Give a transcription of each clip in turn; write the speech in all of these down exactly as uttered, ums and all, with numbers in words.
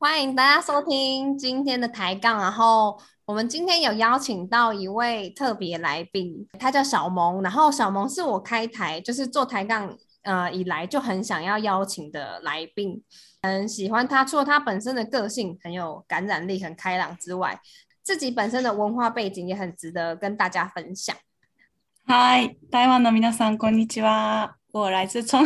欢迎大家收听今天的抬杠。然后我们今天有邀请到一位特别来宾，他叫小萌。然后小萌是我开台就是做抬杠呃以来就很想要邀请的来宾。很喜欢他，除了他本身的个性很有感染力、很开朗之外，自己本身的文化背景也很值得跟大家分享。 嗨，台湾的皆さんこんにちは。我来自冲，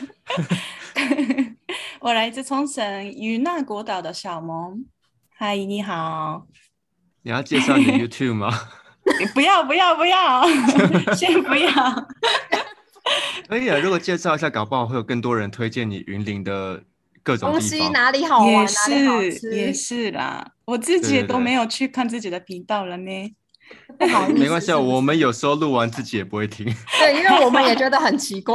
我来自冲绳与那国岛的小萌。嗨，你好。 你要介绍你的 YouTube 吗？ 不要不要不要，先不要。 可以啊，如果介绍一下，搞不好会有更多人推荐你云林的各种东地方。 西哪里好也玩，哪里好是也吃。 是啦，我自己也对对对， 都没有去看自己的频道了呢。 不好意思， 没关系啊， 是不是我们有时候录完自己也不会听， 对，因为我们也觉得很奇怪。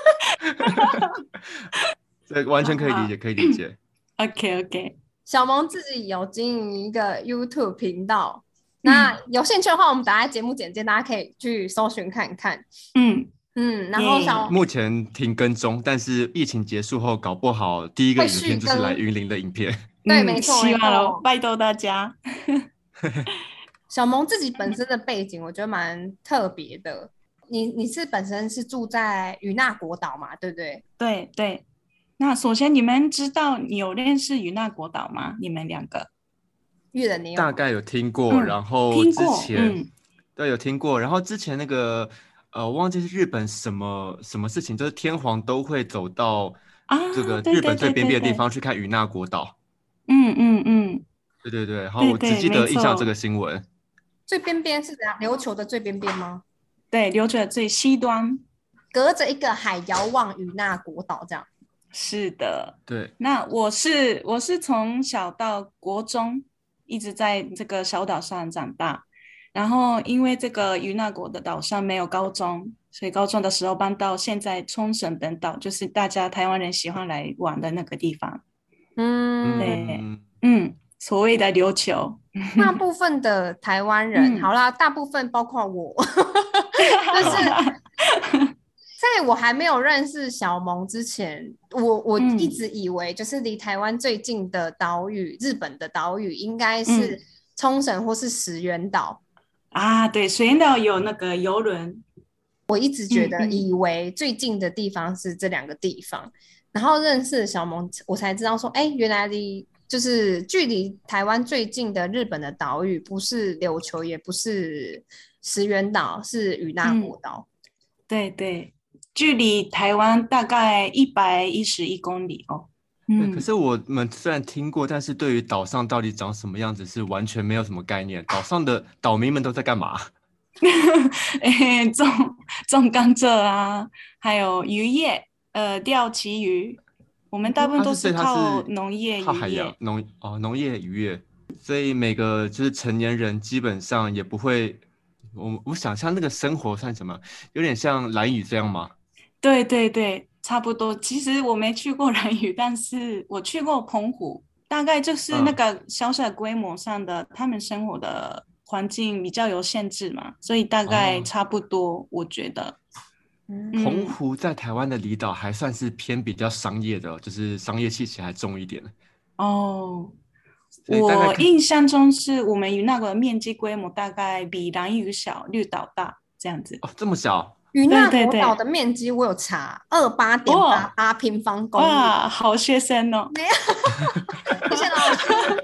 这完全可以理好解，可以理解。 OK OK， 小萌自己有经营一个 YouTube 频道，那有兴趣的话，我们打在节目简介，大家可以去搜寻看看。 嗯， 嗯，然后耶， 小目前停更中，但是疫情结束后，搞不好第一个会影片就是来续更， 云林的影片。 对， 嗯， 没错没希望喽， 错。 拜托大家。 小萌自己本身的背景，我觉得蛮特别的。你你是本身是住在与那国岛嘛，对不对？ 对对，那首先你们知道你有认识与那国岛吗？你们两个？ 玉人你有吗？ 大概有听过， 嗯， 然后之听过， 前嗯对有听过，然后之前那个呃，忘记是日本什么什么事情，就是天皇都会走到这啊， 个日本最对对对边边的地对对， 方去看与那国岛。 嗯嗯嗯， 对对对，然后我只对对， 记得印象这没错， 个新闻。 最边边是怎样？琉球的最边边吗？ 对，留着最西端， 隔着一个海遥望与那国岛这样。 是的。 对， 那我是我是从小到国中一直在这个小岛上长大，然后因为这个与那国的岛上没有高中，所以高中的时候搬到现在冲绳本岛，就是大家台湾人喜欢来玩的那个地方。 嗯， 对， 嗯， 嗯，所谓的琉球， 大部分的台湾人，好嗯， 啦，大部分包括我，就是在我还没有认识小萌之前，我我一嗯直以为就是离台湾最近的岛屿，日本的岛屿应该是嗯冲绳或是石垣岛。 啊，对，水源岛有那个游轮， 我一直觉得嗯嗯以为最近的地方是这两个地方，然后认识小萌，我才知道说，哎，原来离就是距离台湾最近的日本的岛屿不是琉球，也不是石垣岛，是与那嗯， 国岛。 对对，距离台湾大概一百一十一公里哦。 对。可嗯， 是我们虽然听过，但是对于岛上到底长什么样子是完全没有什么概念。岛上的岛民们都在干嘛？ 诶，种种甘蔗啊，还有渔业，呃，钓旗鱼，我们大部分它是， 都是所以它靠是农业、 靠海洋渔业。 农哦农业渔业，所以每个就是成年人基本上也不会。我我想象那个生活算什么？有点像蓝屿这样吗？ 对对对，差不多。其实我没去过兰屿，但是我去过澎湖，大概就是那嗯。 个小小规模上的，他们生活的环境比较有限制嘛，所以大概哦， 差不多，我觉得。 嗯， 澎嗯， 湖在台湾的离岛还算是偏比较商业的哦，就是商业气息还重一点， 哦， 所以大概看我印象中是我们与那个面积规模大概比兰屿小，绿岛大这样子。 哦这么小。 对与那对对， 国岛的面积我有查，二八点八哦， 八平方公里。 哇，好学生哦。 没有，谢谢老师。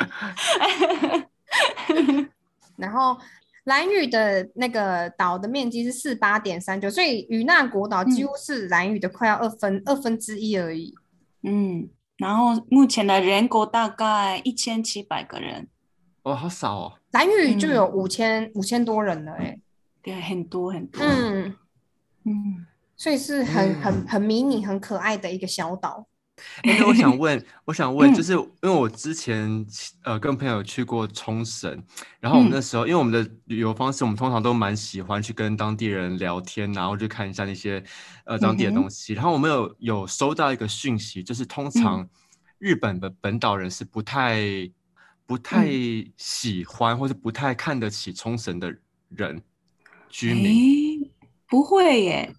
然后兰屿的那个岛的面积是四八点三九，所以与那国岛几乎嗯是兰屿的快要二分二分之一而已。 嗯，然后目前的人口大概一千七百个人。 哦，好少哦。 兰屿就有嗯， 五千五千多人了，哎， 对，很多很多。 嗯， 嗯所以是很哎很很迷你、很可爱的一个小岛。 哎，那我想问，我想问，就嗯是因为我之前呃跟朋友去过冲绳，然后我们嗯那时候因为我们的旅游方式，我们通常都蛮喜欢去跟当地人聊天，然后去看一下那些呃当地的东嗯哼西。然后我们有有收到一个讯息，就是通嗯常日本的本岛人是不太不太嗯， 喜欢或是不太看得起冲绳的人居民。 诶，不会耶，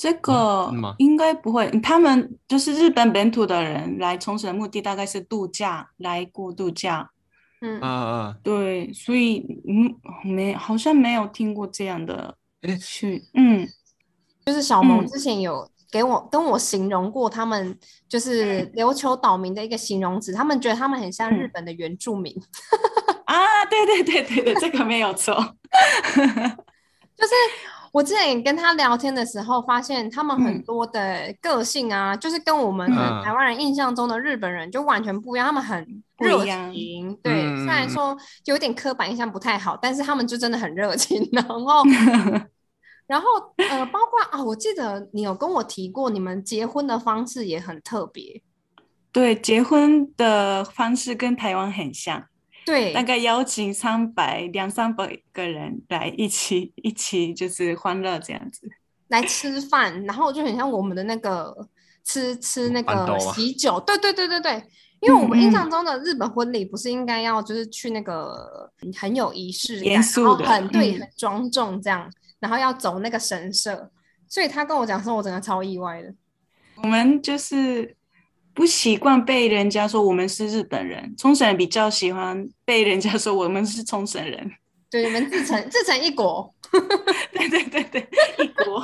这啊，真个的吗？ 应该不会，他们就是日本本土的人来冲绳的目的大概是度假，来过度假。 啊嗯， 啊， 对，所以嗯，没好像没有听过这样的哎， 去，嗯就是小萌嗯之前有给我跟我形容过他们就是琉球岛民的一个形容词，他们觉得他们很像日嗯本的原住民。 啊，对对对对对，这个没有错。 就是我之前也跟他聊天的时候，发现他们很嗯多的个性啊，就是跟我们可能台嗯湾人印象中的日本人就完全不一样。他们很不一热样。 情，对，虽然嗯嗯嗯， 说有点刻板印象不太好，但是他们就真的很热情。然后，然后呃，包括啊，我记得你有跟我提过，你们结婚的方式也很特别。 对，结婚的方式跟台湾很像，大对， 概邀请三百两三百个人来一起一起就是欢乐这样子。 来吃饭，然后就很像我们的那个吃吃那个板豆啊， 喜酒，对对对对对，因为我们印嗯嗯， 象中的日本婚礼不是应该要就是去那个很有仪式严感，然后肃的， 很对很嗯， 庄重这样，然后要走那个神社，所以他跟我讲说，我整个超意外的。 我们就是不习惯被人家说我们是日本人，冲绳人比较喜欢被人家说我们是冲绳人。 对，你们自成自成一国。 对对对对，一国。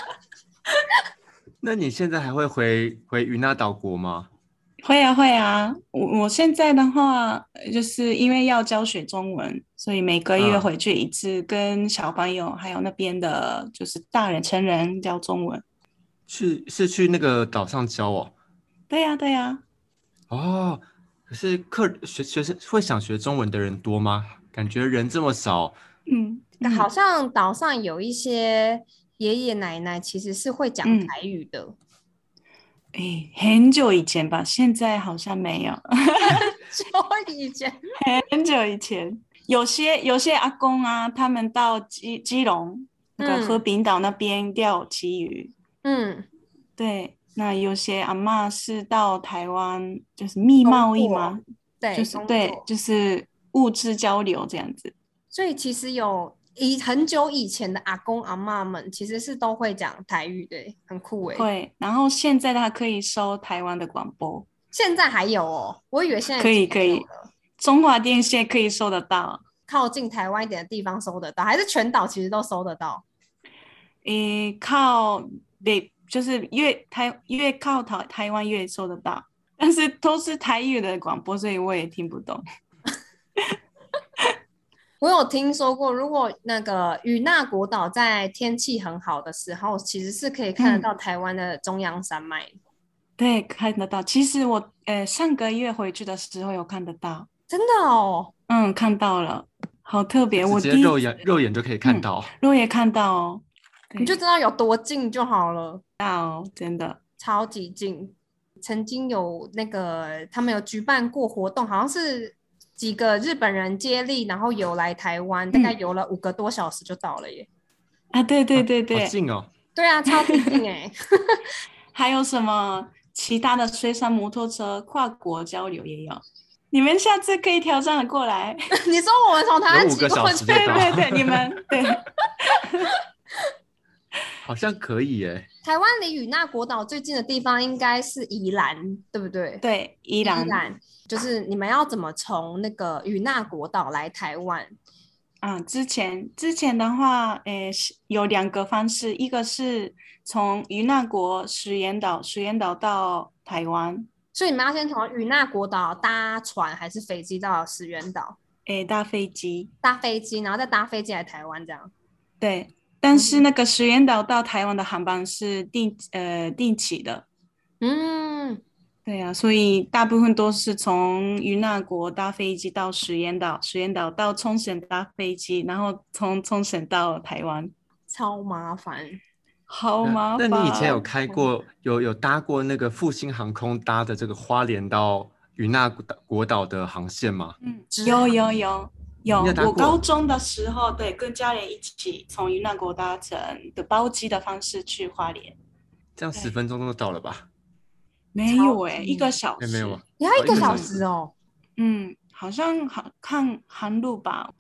那你现在还会回回与那岛国吗？ 会啊会啊，我我现在的话，就是因为要教学中文，所以每个月嗯， 回去一次，跟小朋友还有那边的，就是大人成人教中文。 去是去那个岛上教哦。 对呀对呀， 哦，可是课学学生会想学中文的人多吗？感觉人这么少。 嗯嗯好像岛上有一些爷爷奶奶其实是会讲嗯， 台语的。 诶，很久以前吧，现在好像没有。 就以前， 很久以前，有些有些阿公啊，他们到基基隆那个和嗯平岛那边钓旗鱼。 嗯， 对，那有些阿嬷是到台湾，就是密工贸易吗？ 作，对， 就是对， 工作。 就是物资交流这样子。 所以其实有以很久以前的阿公阿嬷们，其实是都会讲台语的，很酷诶。 会，然后现在他可以收台湾的广播， 现在还有哦，我以为现在已可经以可以， 没有了。 中华电信可以收得到。 靠近台湾一点的地方收得到，还是全岛其实都收得到？ 诶，靠北就是越台越靠台台湾越收得到，但是都是台语的广播，所以我也听不懂。 我有听说过，如果那个与那国岛在天气很好的时候，其实是可以看得嗯， 到台湾的中央山脉。 对，看得到。其实我呃上个月回去的时候有看得到， 真的哦， 嗯，看到了，好特别。 直我第一次， 接肉眼肉眼就可以看嗯， 到。 我也看到哦，对， 你就知道有多近就好了， 到真的， 超级近。曾经有那个他们有举办过活动，好像是几个日本人接力，然后游来台湾，大概嗯游了五个多小时就到了耶。 啊，对对啊， 对对， 好近哦。 对啊，超级近哎。 还有什么其他的水上摩托车跨国交流也有，你们下次可以挑战的过来。 你说我们从台有湾五个小骑过去， 对时就到。 对对，你们对， 好像可以耶。 台湾离与那国岛最近的地方应该是宜兰，对不对？ 对，依然宜兰就是你们要怎么从那个与那国岛来台湾？ 啊，之前之前的话，诶，是有两个方式，一个是从与那国石岩岛，石岩岛到台湾， 所以你们要先从与那国岛搭船还是飞机到石原岛？ 诶，搭飞机， 搭飞机，然后再搭飞机来台湾这样。 对。但是嗯那个石岩岛到台湾的航班是定呃定期的， 嗯， 对呀、所以大部分都是从与那国搭飞机到石岩岛，石岩岛到冲绳搭飞机，然后从冲绳到台湾， 超麻烦。 那好麻那你以前有烦。 开过有有搭过那个复兴航空搭的这个花莲到与那国岛国岛的航线吗？ 嗯， 直有有有有， 你有搭我高过？ 中的时候，对，跟家人一起从云南国搭乘的包机的方式去花莲， 这样十对， 分钟就到了吧？ 没有诶，一超级， 个小哎，没有吗？ 时， 你要哦，一个一个小小时。 时哦。 嗯，好像好看航路吧，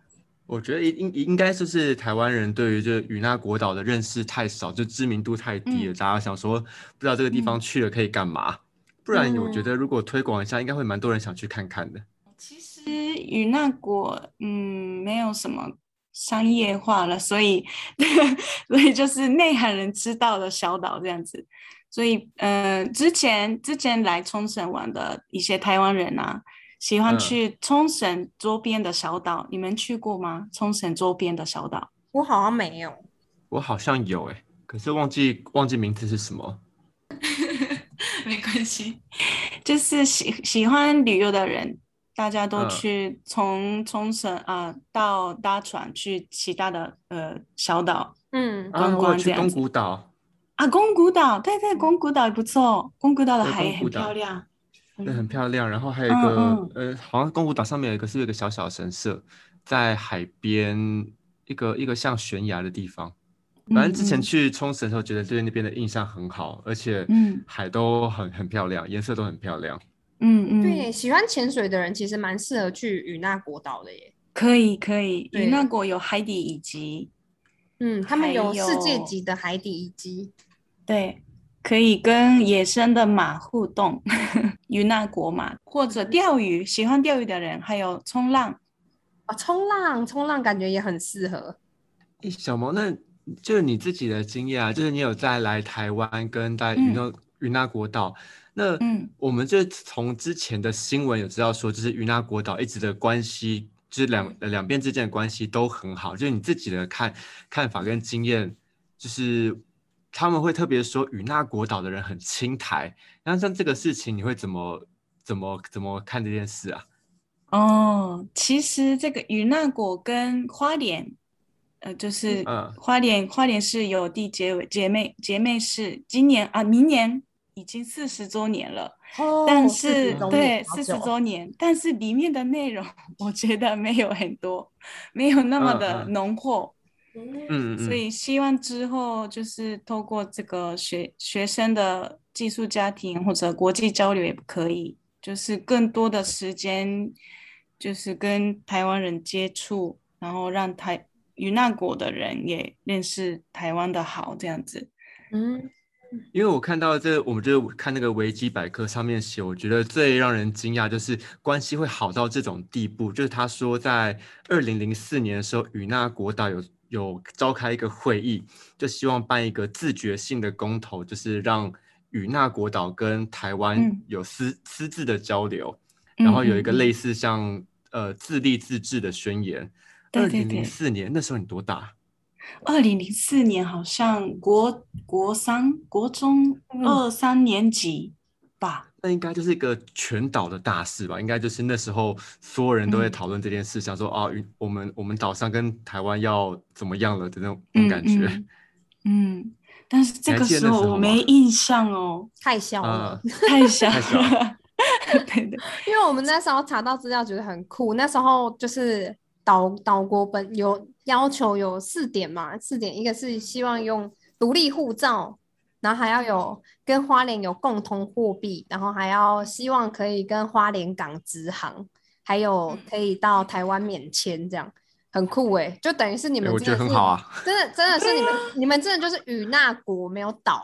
我觉得应应该就是台湾人对于这与那国岛的认识太少，就知名度太低了， 嗯大家想说不知道这个地方嗯去了可以干嘛，不然我觉嗯， 得如果推广一下，应该会蛮多人想去看看的。 其实与那国嗯没有什么商业化了，所以所以就是内行人知道的小岛这样子。所以呃，之前之前来冲绳玩的一些台湾人啊，喜欢嗯， 去冲绳周边的小岛，你们去过吗？冲绳周边的小岛？ 我好像没有。 我好像有诶，可是忘记忘记名字是什么。 没关系，就是喜喜欢旅游的人，大家都嗯， 去从冲绳啊、呃到搭船去其他的呃小岛嗯观啊，我有去宫光这样子古岛， 啊。宫古岛，对对，宫古岛也不错，宫古岛的对， 海也很漂宫古岛。 亮。 对，很嗯漂亮。然后还有一嗯个， 嗯呃，好像宫古岛上面有一个是不是有一个小小的神社，在海边一个一个像悬崖的地方。反正之前嗯嗯去冲绳的时候，觉得对那边的印象很好，而且嗯海都很很漂亮，颜色都很漂亮。 嗯对， 嗯， 喜欢潜水的人其实蛮适合去与那国岛的耶。 可以可以。与那对， 国有海底遗迹， 嗯，他们还有世界有级的海底遗迹。 对，可以跟野生的马互动，与那国马，或者钓鱼，喜欢钓鱼的人，还有冲浪。 啊，冲浪，冲浪感觉也很适合。 诶，小毛，那就是你自己的经验啊，就是你有在来台湾跟在云嗯那云那国岛，那嗯我们就从之前的新闻有知道说，就是云那国岛一直的关系，就是两呃两边之间的关系都很好，就是你自己的看看法跟经验，就是他们会特别说与那国岛的人很亲台，那像这个事情，你会怎么怎么怎么看这件事啊？ 哦，其实这个与那国跟花莲，呃，就是嗯， 花莲，花莲是有地结尾姐妹姐妹市，今年啊，明年已经四十周年了。但哦，四十是周年， 对四十好久。 周年，但是里面的内容我觉得没有很多，没有那么的嗯嗯浓厚。 嗯嗯嗯所以希望之后就是透过这个学学生的寄宿家庭或者国际交流也可以，就是更多的时间，就是跟台湾人接触，然后让台与那国的人也认识台湾的好，这样子。 嗯因为我看到这，我们就看那个维基百科上面写，我觉得最让人惊讶就是关系会好到这种地步。就是他说，在二零零四年的时候，与那国岛有有召开一个会议，就希望办一个自觉性的公投，就是让与那国岛跟台湾嗯有私私自的交流，然嗯后有一个类嗯嗯， 似像呃自立自治的宣言。二零零对对对。 四年那时候你多大？ 二零零四年好像国国三、国中嗯二三年级吧。 那应该就是一个全岛的大事吧？应该就是那时候所有人都在嗯讨论这件事，想说啊，云我们我们岛上跟台湾要怎么样了的那种那种嗯感觉。 嗯嗯，但是你这还记得那个时候我时候吗？ 没印象哦， 太小了。 啊、 太小太小了。 了。对对， 因为我们那时候查到资料觉得很酷，那时候就是岛岛国本有要求有四点嘛，四点一个是希望用独立护照，然后还要有跟花莲有共同货币，然后还要希望可以跟花莲港直航，还有可以到台湾免签，这样很酷诶，就等于是你哎，我觉得们真的是很好啊。 真的真的是你们你们真的就是与那国没有岛。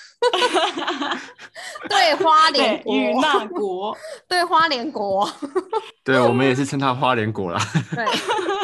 对花莲对，与国， 那国。 对花莲国。 对，我们也是称它花莲国啦。 对，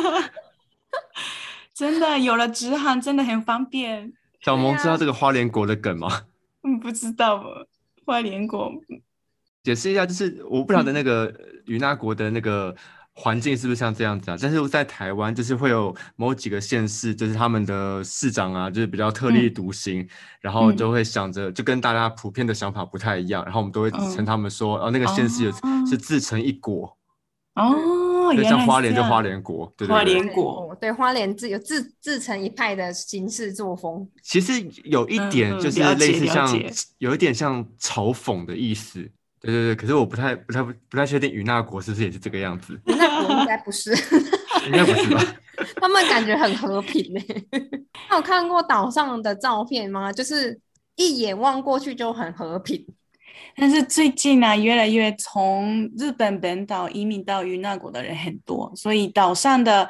真的有了直航，真的很方便。 小对呀、 萌知道这个花莲国的梗吗？ 嗯，不知道吧？花莲国。 解释一下，就是我不晓得那嗯个与那国的那个环境是不是像这样子啊？但是在台湾，就是会有某几个县市，就是他们的市长啊，就是比较特立嗯独行，然后就嗯会想着，就跟大家普遍的想法不太一样，然后我们都会称嗯， 他们说，哦，那个县市有是哦自成一国， 哦， 对，像原来是花莲就花这样。 莲国，对对花对。 花莲莲国。 国对花莲自有自自成一派的行事作风。 其实有一点就嗯嗯， 是类了解似像， 了解。 有一点像嘲讽的意思，对对对。可是我不太不太不太确定与那国是不是也是这个样子， 与那国应该不是。 应该不是吧？ 他们感觉很和平呢。那有看过岛上的照片吗？就是一眼望过去就很和平。 但是最近啊，越来越从日本本岛移民到与那国的人很多，所以岛上的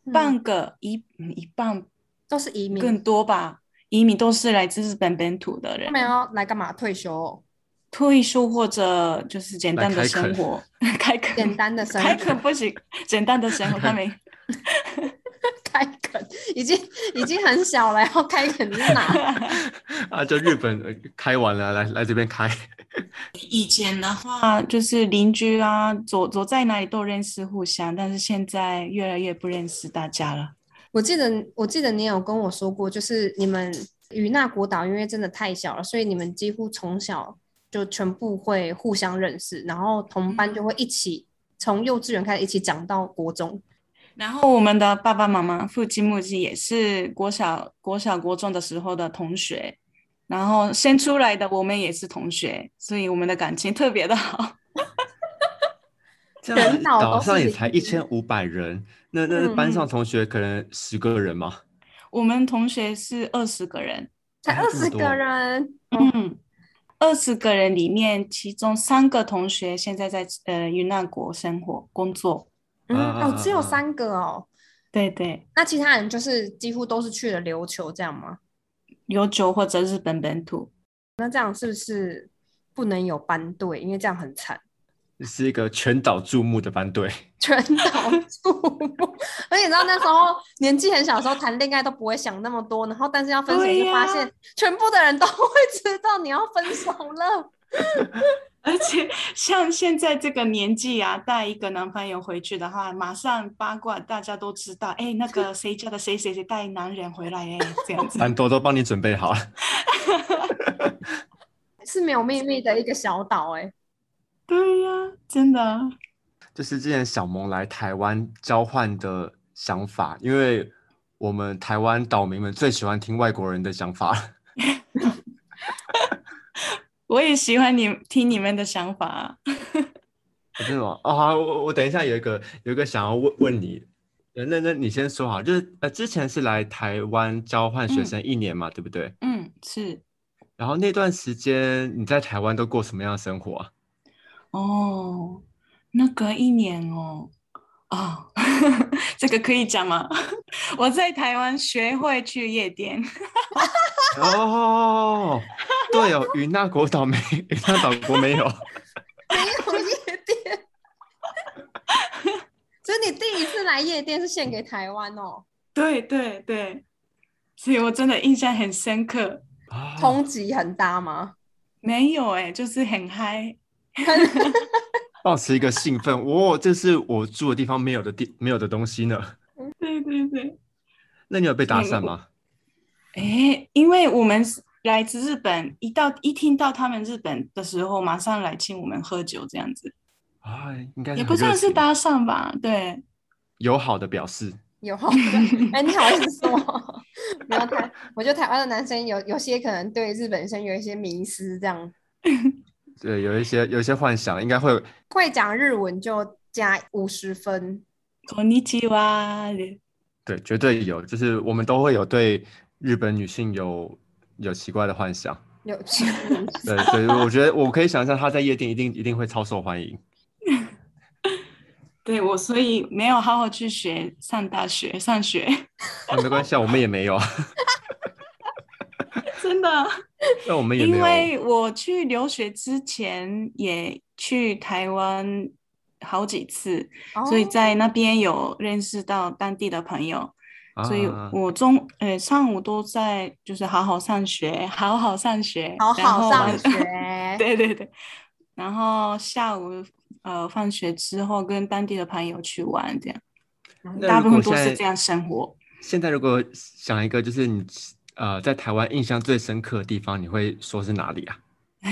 半个一一半都是移民， 更多吧，移民都是来自日本本土的人， 他们要来干嘛？退休哦？ 退休或者就是简单的生活，开垦， 简单的生活， 开垦不行，简单的生活他们开垦已经已经很小了，要开垦是哪？ 啊，就日本开完了，来来这边开。 以前的话就是邻居啊，走走在哪里都认识互相，但是现在越来越不认识大家了。 我记得我记得你有跟我说过，就是你们与那国岛因为真的太小了，所以你们几乎从小就全部会互相认识，然后同班就会一起从幼稚园开始一起长到国中。 然后我们的爸爸妈妈父亲母亲也是国小国小国中的时候的同学，然后生出来的我们也是同学，所以我们的感情特别的好。 这样子岛上也才一千五百人，那那班上同学可能十个人吗？ 我们同学是二十个人， 才二十个人。 嗯，二十个人里面，其中三个同学现在在呃云南国生活工作。 嗯哦，只有三个哦。 对对。 那其他人就是几乎都是去了琉球这样吗？ 琉球或者日本本土。 那这样是不是不能有班队？因为这样很惨。 是一个全岛注目的班队， 全岛注目。而且你知道那时候年纪很小的时候谈恋爱都不会想那么多，然后但是要分手就发现全部的人都会知道你要分手了。 而且像现在这个年纪啊，带一个男朋友回去的话，马上八卦，大家都知道，哎，那个谁家的谁谁谁带男人回来，哎，这样子。 班多都帮你准备好了。 是没有秘密的一个小岛，哎。 对呀，真的。 就是之前小萌来台湾交换的想法，因为我们台湾岛民们最喜欢听外国人的想法。 我也喜欢你听你们的想法、啊。 真的吗？哦，好，我我等一下有一个有一个想要问问你，那那你先说好，就是呃之前是来台湾交换学生一年嘛，嗯、对不对？ 嗯，是。 然后那段时间你在台湾都过什么样的生活啊？ 哦，那个一年哦，啊、哦，这个可以讲吗？我在台湾学会去夜店。 哦，对哦，与那国岛没，与那岛国没有， 没有夜店。所以你第一次来夜店是献给台湾哦？ 对对对，所以我真的印象很深刻。 哦、 冲击很大吗？ 没有哎、欸，就是很嗨。 抱持一个兴奋，哦，这是我住的地方没有的地没有的东西呢。 对对对。 那你有被搭讪吗？ 哎、欸，因为我们来自日本，一到一听到他们日本的时候，马上来请我们喝酒，这样子。 啊，应该是也不算是搭讪吧，对， 友好的表示。 友好的，哎，你好意思说？不要太，我觉得台湾的男生有有些可能对日本生有一些迷思，这样。 对，有一些有一些幻想，应该会会讲日文就加五十分。 こんにちは。 对，绝对有，就是我们都会有对日本女性有有奇怪的幻想。 有奇怪的对，所以我觉得我可以想象他在夜店一定一定会超受欢迎。 对，我所以没有好好去学上大学上学。 啊，没关系啊，我们也没有。 真的。 那我们也没有。 因为我去留学之前也去台湾好几次，哦、所以在那边有认识到当地的朋友，啊、所以我中呃上午都在就是好好上学，好好上学， 好好上学。 对对对，然后下午呃放学之后跟当地的朋友去玩，这样，大部分都是这样生活。 现在如果想一个就是你呃在台湾印象最深刻的地方，你会说是哪里啊？ 哎，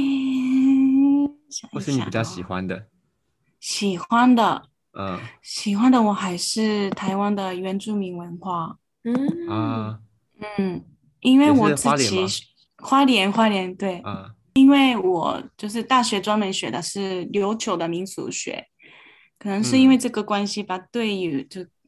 想一想哦， 或是你比较喜欢的？ 喜欢的， 嗯， 喜欢的我还是台湾的原住民文化。 嗯啊， 嗯，因为我自己花莲花莲对， 啊， 因为我就是大学专门学的是琉球的民俗学，可能是因为这个关系吧，嗯、对于就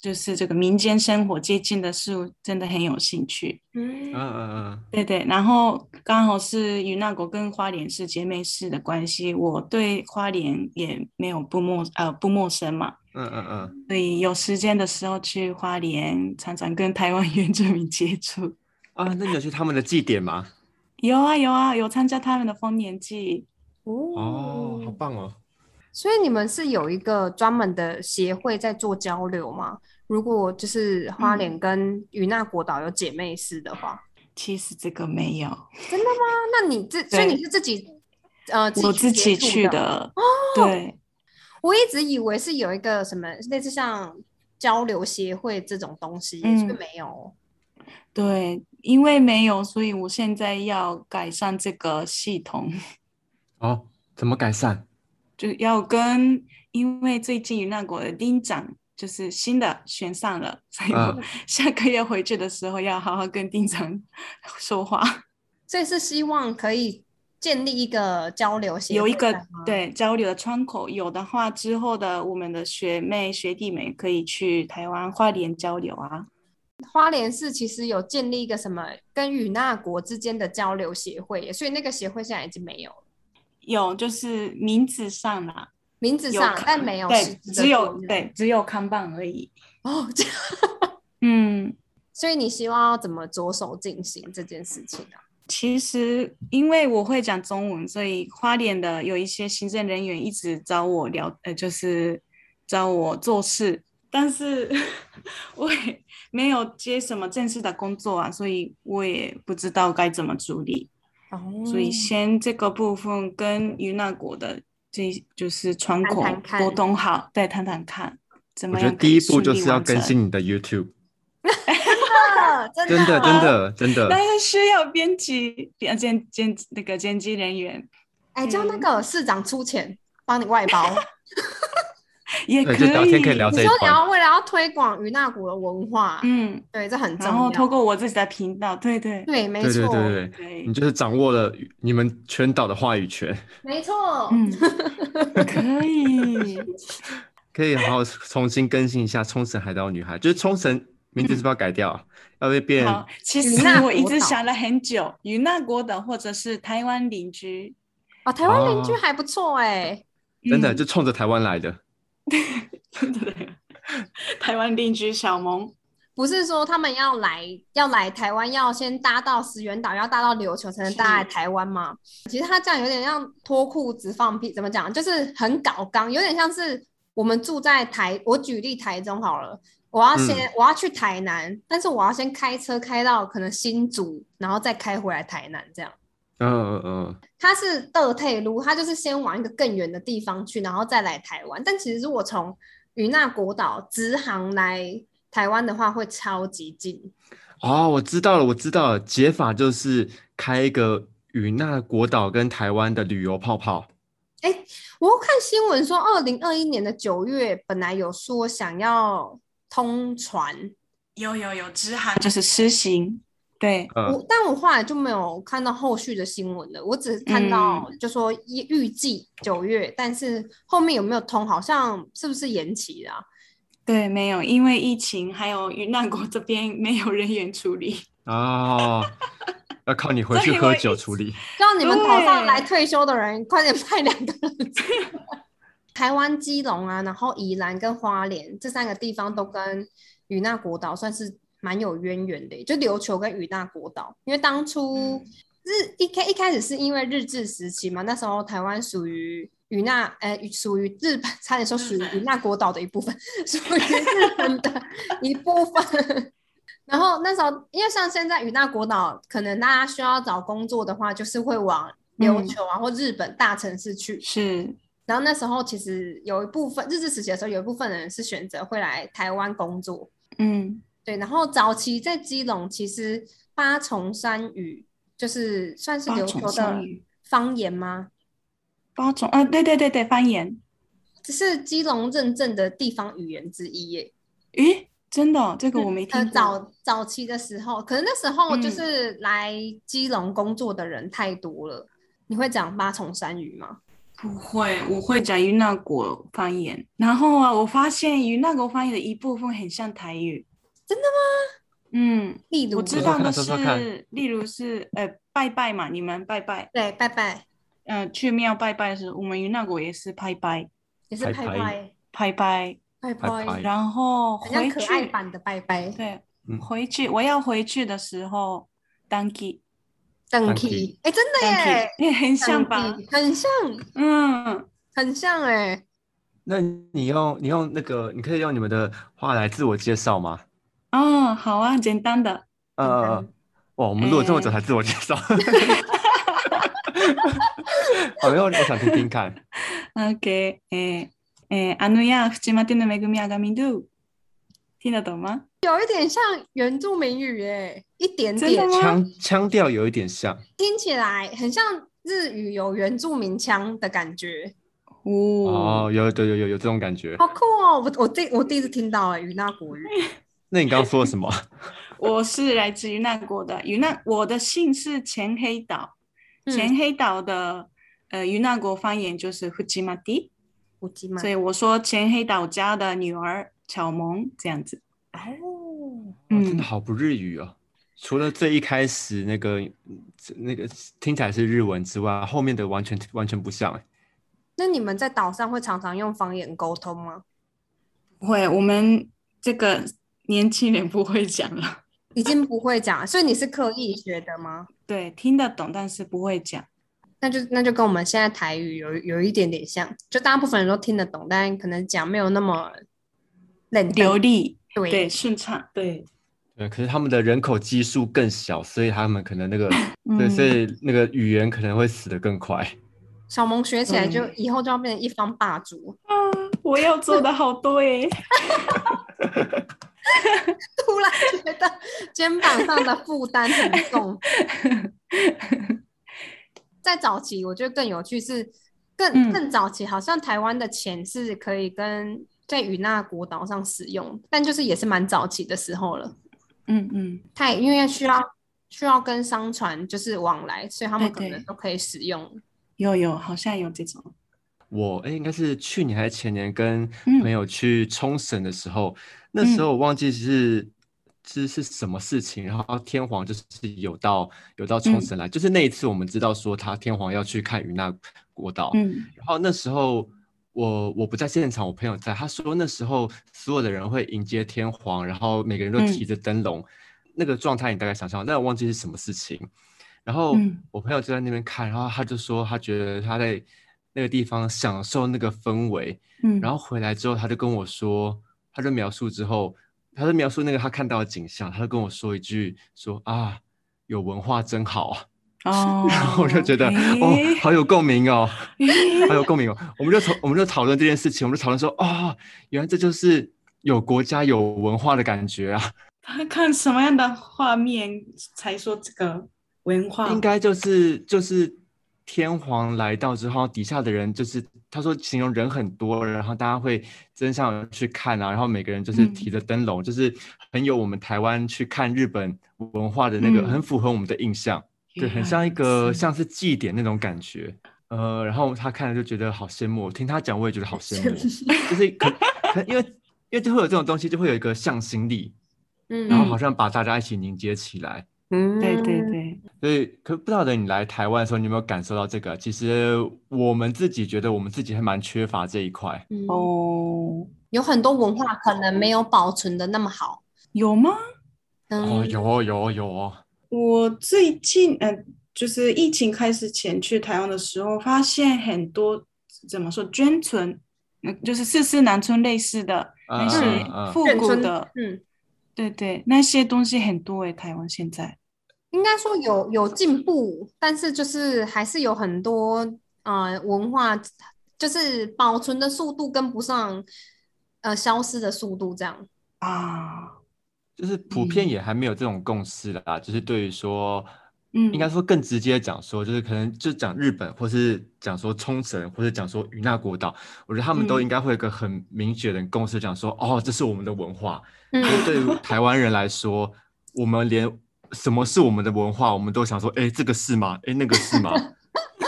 就是这个民间生活接近的事物真的很有兴趣。 嗯嗯嗯嗯， 对对，然后刚好是与那国跟花莲是姐妹市的关系，我对花莲也没有不陌呃不陌生嘛， 嗯嗯嗯， 所以有时间的时候去花莲，常常跟台湾原住民接触。 啊，那你有去他们的祭典吗？ 有啊有啊，有参加他们的丰年祭。 哦，好哦， 棒哦。 所以你们是有一个专门的协会在做交流吗？如果就是花嗯， 莲跟与那国岛有姐妹市的话， 其实这个没有， 真的吗？那你自，所以你对， 是自己呃自己我去接自己触的？ 去的。对， 我一直以为是有一个什么类似像交流协会这种东西耶，却嗯， 没有。 对，因为没有，所以我现在要改善这个系统。 哦，怎么改善？ 就要跟，因为最近那国的町长就是新的选上了，所以我嗯， 下个月回去的时候要好好跟町长说话。 所以是希望可以建立一个交流协会有一个在吗？ 对交流的窗口，有的话之后的我们的学妹学弟妹可以去台湾花莲交流啊。 花莲市其实有建立一个什么跟与那国之间的交流协会耶，所以那个协会现在已经没有了， 有就是名字上啦， 名字上， 有看但没有实对， 质的只有作用。 对只有看板而已。 哦，这样， 嗯。 所以你希望要怎么着手进行这件事情啊？ 其实因为我会讲中文，所以花莲的有一些行政人员一直找我聊，呃，就是找我做事，但是我也没有接什么正式的工作啊，所以我也不知道该怎么处理，所以哦， 先这个部分跟于那国的这就是窗谈谈口沟看， 通好，再谈谈看怎么样可我觉得第以顺利一步就是要完成。 更新你的 YouTube， 真的，真真的真的， 的真的。 那个需要编辑、编剪剪那个剪辑人员， 哎，叫那嗯， 个市长出钱帮你外包。 对，就也可聊天可以聊你以。 这一段。 说你要为了要推广与那国的文化， 嗯， 对，这很然后透重要。 过我自己的频道，对对对，没对对对错， 对，你对， 就是掌握了你们全岛的话语权， 没错。 嗯，可以， 可以好好重新更新一下冲绳海盗女孩，就是冲绳名字是不是嗯， 要改掉啊？要不要变？ 好。其与那实我一国岛直想了很久，与那国的或者是台湾邻居， 哦，台湾邻居哦， 还不错哎， 真的就嗯， 冲着台湾来的。 真的，台湾邻居小萌， 不是说他们要来要来台湾，要先搭到石原岛，要搭到琉球才能搭来是， 台湾吗？其实他这样有点像脱裤子放屁，怎么讲？就是很搞刚，有点像是我们住在台，我举例台中好了。我要先、 嗯我要去台南，但是我要先开车开到可能新竹，然后再开回来台南这样。 嗯嗯嗯， 它是德退路，它就是先往一个更远的地方去，然后再来台湾。但其实如果从与那国岛直航来台湾的话，会超级近。 哦，我知道了，我知道了，解法就是开一个与那国岛跟台湾的旅游泡泡。 哎，我又看新闻说，二零二一年的九月本来有说想要通船， 有有有，直航就是实行，对， 嗯我但我后来就没有看到后续的新闻了，我只是看到嗯， 就说预预计九月，但是后面有没有通，好像是不是延期了啊？ 对，没有，因为疫情还有云南国这边没有人员处理， 哦，要靠你回所去喝以我一直酒处理。 希望你们岛上来对， 退休的人，快点派两个人出来。台湾基隆啊，然后宜兰跟花莲这三个地方都跟与那国岛算是蛮有渊源的耶，就琉球跟与那国岛，因为当初嗯日一开一开始是因为日治时期嘛，那时候台湾属于与那呃属于日本，差点说属于与日本， 那国岛的一部分，属于日本的一部分。然后那时候，因为像现在与那国岛，可能大家需要找工作的话，就是会往琉嗯， 球啊或日本大城市去。 是， 然后那时候其实有一部分日治时期的时候，有一部分人是选择会来台湾工作。 嗯， 对，然后早期在基隆，其实八重山语就是算是琉八种球的山语， 方言吗？ 八种啊，对对对对，方言， 这是基隆认证的地方语言之一耶。 诶，真的哦这个我嗯，呃， 没听过， 早早期的时候，可能那时候就嗯， 是来基隆工作的人太多了。你会讲八重山语吗？ 不会，我会讲云南国方言。然后啊，我发现云南国方言的一部分很像台语。 真的吗？ 嗯， 例如我知说说看， 道的说说看。 是，例如是呃拜拜嘛，你们拜拜， 对，拜拜呃去庙拜拜的时候，我们云南国也是拜拜也是拍拍拍拍拜拜， 拍拍， 拍拍， 然后回很像可爱去， 版的拜拜。 对， 嗯回去我要回去的时候，danki 邓 ，Donkey， 体，哎，真的 danki 耶， 也很像邓吧？ 体很像， 嗯， 很像哎。 那你用你用那个，你可以用你们的话来自我介绍吗？ 哦，好啊，简单的， 简单。 呃，哇，我们录了这么久才诶。 自我介绍，好，没有，我想听听看。 OK，えーえーあのや淵までの恵みあがみど，听得懂吗？ 有一点像原住民语诶，一点点， 真的吗？ 腔腔调有一点像， 听起来很像日语有原住民腔的感觉， 哦， 哦，有有有有有这种感觉。 好酷哦！我我第我第一次听到诶，与那国语。 那你刚刚说了什么？ 我是来自云南国的，云南我的姓是前黑岛，前嗯， 黑岛的呃云南国方言就是 Fujimati， 古吉嘛。 所以我说前黑岛家的女儿巧萌这样子。 哦， 哦，真的嗯， 好不日语哦。除了最一开始那个那个听起来是日文之外，后面的完全完全不像哎。 那你们在岛上会常常用方言沟通吗？ 不会，我们这个年轻人不会讲了， 已经不会讲了，所以你是刻意学的吗？ 对，听得懂，但是不会讲。 那就那就跟我们现在台语有有一点点像，就大部分人都听得懂，但可能讲没有那么认真。 流利， 对， 对，顺畅，对， 对，可是他们的人口基数更小，所以他们可能那个，对，所嗯， 以那个语言可能会死得更快。 小萌学起来就对， 以后就要变成一方霸主。 啊，我要做的好多耶， 突然觉得肩膀上的负担很重。在早期，我觉得更有趣是更嗯更早期，好像台湾的钱是可以跟在与那国岛上使用，但就是也是蛮早期的时候了。 嗯嗯， 它也因为需要需要跟商船就是往来，所以他们可对对， 能都可以使用。 有有，好像有这种， 我哎，应该是去年还是前年跟朋嗯友去冲绳的时候，那时嗯候我忘记是是是什么事情，然后天皇就是有到有到冲嗯绳来，就是那一次我们知道说他天皇要去看与那国岛， 嗯然后那时候我我不在现场，我朋友在，他说那时候所有的人会迎接天皇，然后每个人都提嗯着灯笼，那个状态你大概想象，但我忘记是什么事情。然后嗯我朋友就在那边看，然后他就说他觉得他在那个地方享受那个氛围，然嗯， 后回来之后他就跟我说，他就描述之后，他就描述那个他看到的景象，他就跟我说一句说啊，有文化真好啊，然后我就哦， 觉得哦， 诶好有共鸣哦，好有诶， 共鸣哦，我们就讨我们就讨论这件事情，我们就讨论说啊，原来这就是有国家有文化的感觉啊。 他看什么样的画面才说这个文化？ 应该就是就是天皇来到之后，底下的人就是他说形容人很多，然后大家会争相去看啊，然后每个人就是提嗯着灯笼，就是很有我们台湾去看日本文化的那个，很嗯， 符合我们的印象，对， 原来很像一如此， 个像是祭典那种感觉。呃，然后他看了就觉得好羡慕，听他讲我也觉得好羡慕，就是可可因为因为就会有这种东西，就会有一个向心力，然后好嗯像把大家一起凝结起来。 对对嗯， 对， 所以，可不知道的你来台湾的时候，你有没有感受到这个？其实我们自己觉得我们自己还蛮缺乏这一块。 嗯， 哦， 有很多文化可能没有保存的那么好。 有吗？ 哦，有嗯哦，有哦，有哦。 我最近，呃，就是疫情开始前去台湾的时候，发现很多怎么说眷村，嗯，就是四四南村类似的嗯嗯那些嗯嗯， 复眷村， 古的， 嗯， 对对，那些东西很多诶，台湾现在。 应该说有有进步，但是就是还是有很多呃文化，就是保存的速度跟不上呃消失的速度，这样。 啊， 就是普遍嗯也还没有这种共识啦。就是对于说，应该嗯说更直接讲说，就是可能就讲日本，或是讲说冲绳，或者讲说与那国岛，我觉得他们都应嗯该会有一个很明确的共识，讲说，哦，这是我们的文化。 嗯， 可是对于台湾人来说，我们连什么是我们的文化，我们都想说，哎，这个是吗？哎，那个是吗？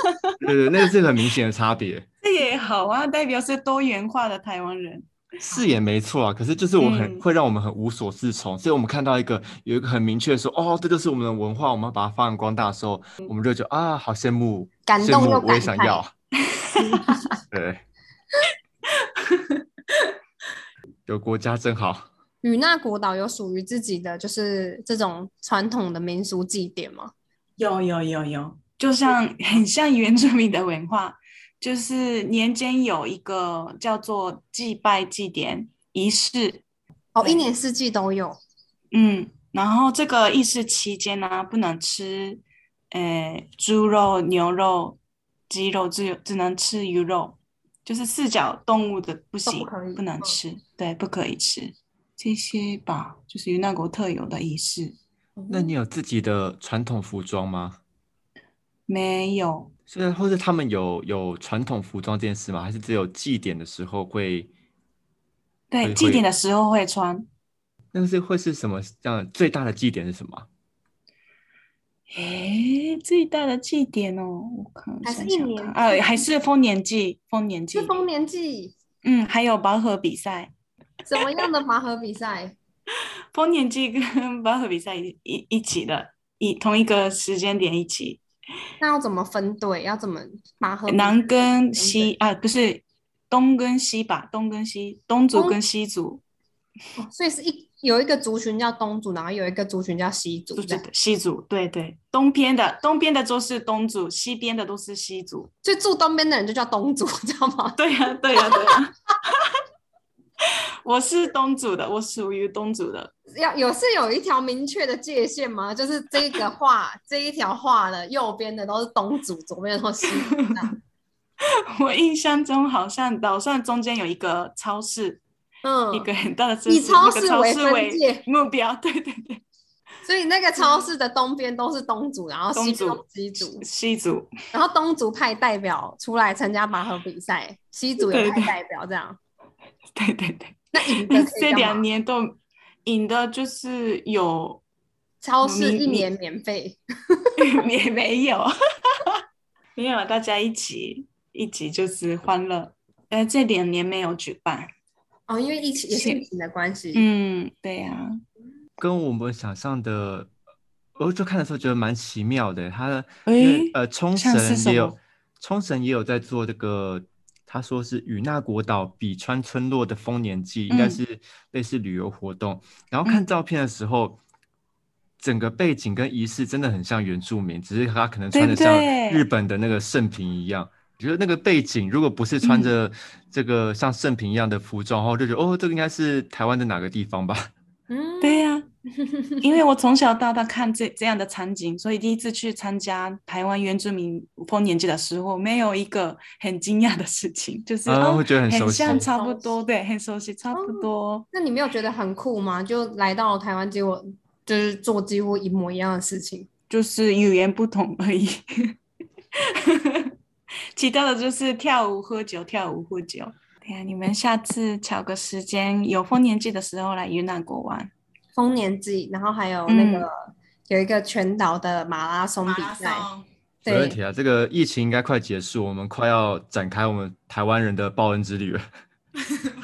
对对，那个是很明显的差别。 这也好啊，代表是多元化的台湾人。 是也没错啊，可是就是我很、 嗯会让我们很无所适从，所以我们看到一个有一个很明确的说，哦，这就是我们的文化，我们要把它发扬光大的时候，我们就觉得啊，好羡慕， 感动又羡慕，我也感慨。 想要。对，有国家真好。 与那国岛有属于自己的就是这种传统的民俗祭典吗？ 有有有有，就像很像原住民的文化，就是年间有一个叫做祭拜祭典仪式。 哦， 对一年四季都有。 嗯，然后这个仪式期间呢，不能吃，呃，猪肉、牛肉、鸡肉，只有只能吃鱼肉，就是四脚动物的不行， 都不可以不能吃，对，不可以吃这些吧，就是于那国特有的仪式。 那你有自己的传统服装吗？ 没有， 是，或者他们有有传统服装这件事吗？还是只有祭典的时候会对，祭典会会？ 的时候会穿。 那是会是什么样最大的祭典是什么啊？ 诶，最大的祭典哦，我看还是想想看， 一年啊，还是丰年祭，丰年祭， 是丰年祭？ 嗯，还有拔河比赛， 什么样的拔河比赛？ 丰年祭跟拔河比赛一一一起的，一同一个时间点一起。 那要怎么分队？要怎么拔河比赛？ 南跟分队西啊，不是东跟西吧？东跟西，东族跟东西族， 哦，所以是一有一个族群叫东族，然后有一个族群叫西族，这样。 不是的，西族，对对，东边的东边的都是东族，西边的都是西族。 所以住东边的人就叫东族，知道吗？ 对呀、对呀、对呀、我是东族的，我属于东族的。 要有是有一条明确的界限吗？就是这个画这一条画的右边的都是东族，左边的都是西族这样。 我印象中好像岛上中间有一个超市，一嗯， 个很大的超以市，那个超市为超市为分界， 目标，对对对， 所以那个超市的东边都是东族，然后西边都东族、 是西族， 西族， 然后东族派代表出来参加拔河比赛，西族也对对派代表这样。 对对对。 那赢的可以这干嘛？ 两年都赢的就是有超市你你一年免费。 也没有没有，大家一起一起就是欢乐。呃，这两年没有举办。 哦，因为疫情也是疫是情的关系。 嗯，对呀、 跟我们想象的，我就看的时候觉得蛮奇妙的。他因为诶， 呃，冲像是绳也有， 什么？ 冲绳也有在做这个，他说是与那国岛比川村落的丰年祭，应该嗯是类似旅游活动。然后看嗯， 照片的时候，整个背景跟仪式真的很像原住民，只是他可能对不穿的像日对？ 本的那个圣品一样。觉得那个背景如果不是穿嗯， 着这个像圣品一样的服装，后就觉得哦，这个应该是台湾的哪个地方吧。 嗯， 对呀、因为我从小到大看这这样的场景，所以第一次去参加台湾原住民丰年祭的时候，没有一个很惊讶的事情，就是嗯， 哦， 会觉得很熟很像， 悉。 差不多， 很熟悉。 对，很熟悉，差不哦， 多。 那你没有觉得很酷吗？就来到了台湾，结果就是做几乎一模一样的事情。 就是语言不同而已。其他的就是跳舞、喝酒，跳舞、喝酒。对呀、你们下次找个时间，有丰年祭的时候来云南国玩。 丰年祭，然后还有那个、 嗯， 有一个全岛的马拉松比赛。对， 没问题啊，这个疫情应该快结束，我们快要展开我们台湾人的报恩之旅了。